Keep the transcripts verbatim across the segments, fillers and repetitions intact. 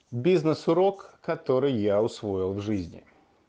Бизнес-урок, который я усвоил в жизни.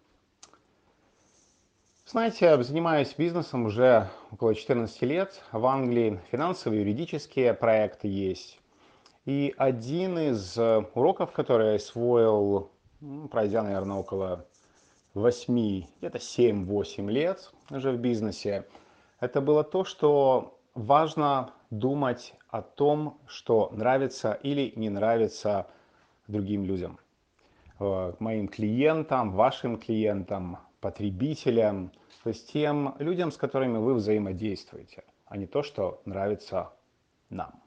Знаете, занимаюсь бизнесом уже около четырнадцати лет в Англии. Финансовые, юридические проекты есть. И один из э, уроков, который я освоил, м, пройдя, наверное, около восьми, где-то семь-восемь лет уже в бизнесе, это было то, что важно думать о том, что нравится или не нравится другим людям, э, моим клиентам, вашим клиентам, потребителям, то есть тем людям, с которыми вы взаимодействуете, а не то, что нравится нам.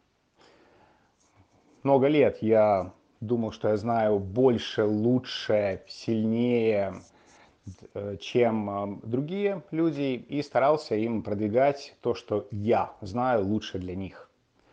Много лет я думал, что я знаю больше, лучше, сильнее, э, чем э, другие люди, и старался им продвигать то, что я знаю лучше для них.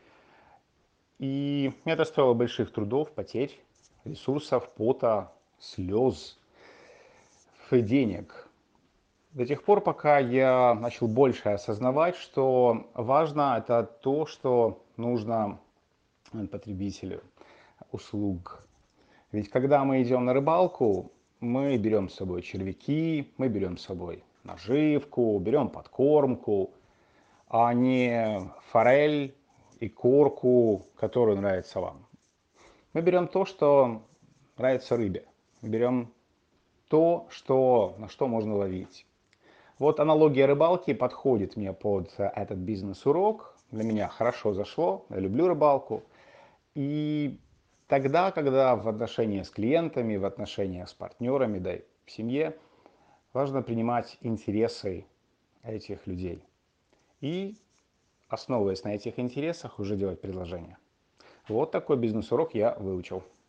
И это стоило больших трудов, потерь, ресурсов, пота, слез, денег. До тех пор, пока я начал больше осознавать, что важно это то, что нужно потребителю услуг. Ведь когда мы идем на рыбалку, мы берем с собой червяки, мы берем с собой наживку, берем подкормку, а не форель и корку, которую нравится вам. Мы берем то, что нравится рыбе. Мы берем то, что, на что можно ловить. Вот аналогия рыбалки подходит мне под э, этот бизнес-урок. Для меня хорошо зашло, я люблю рыбалку. И тогда, когда в отношениях с клиентами, в отношениях с партнерами, да и в семье, важно принимать интересы этих людей. И, основываясь на этих интересах, уже делать предложения. Вот такой бизнес-урок я выучил.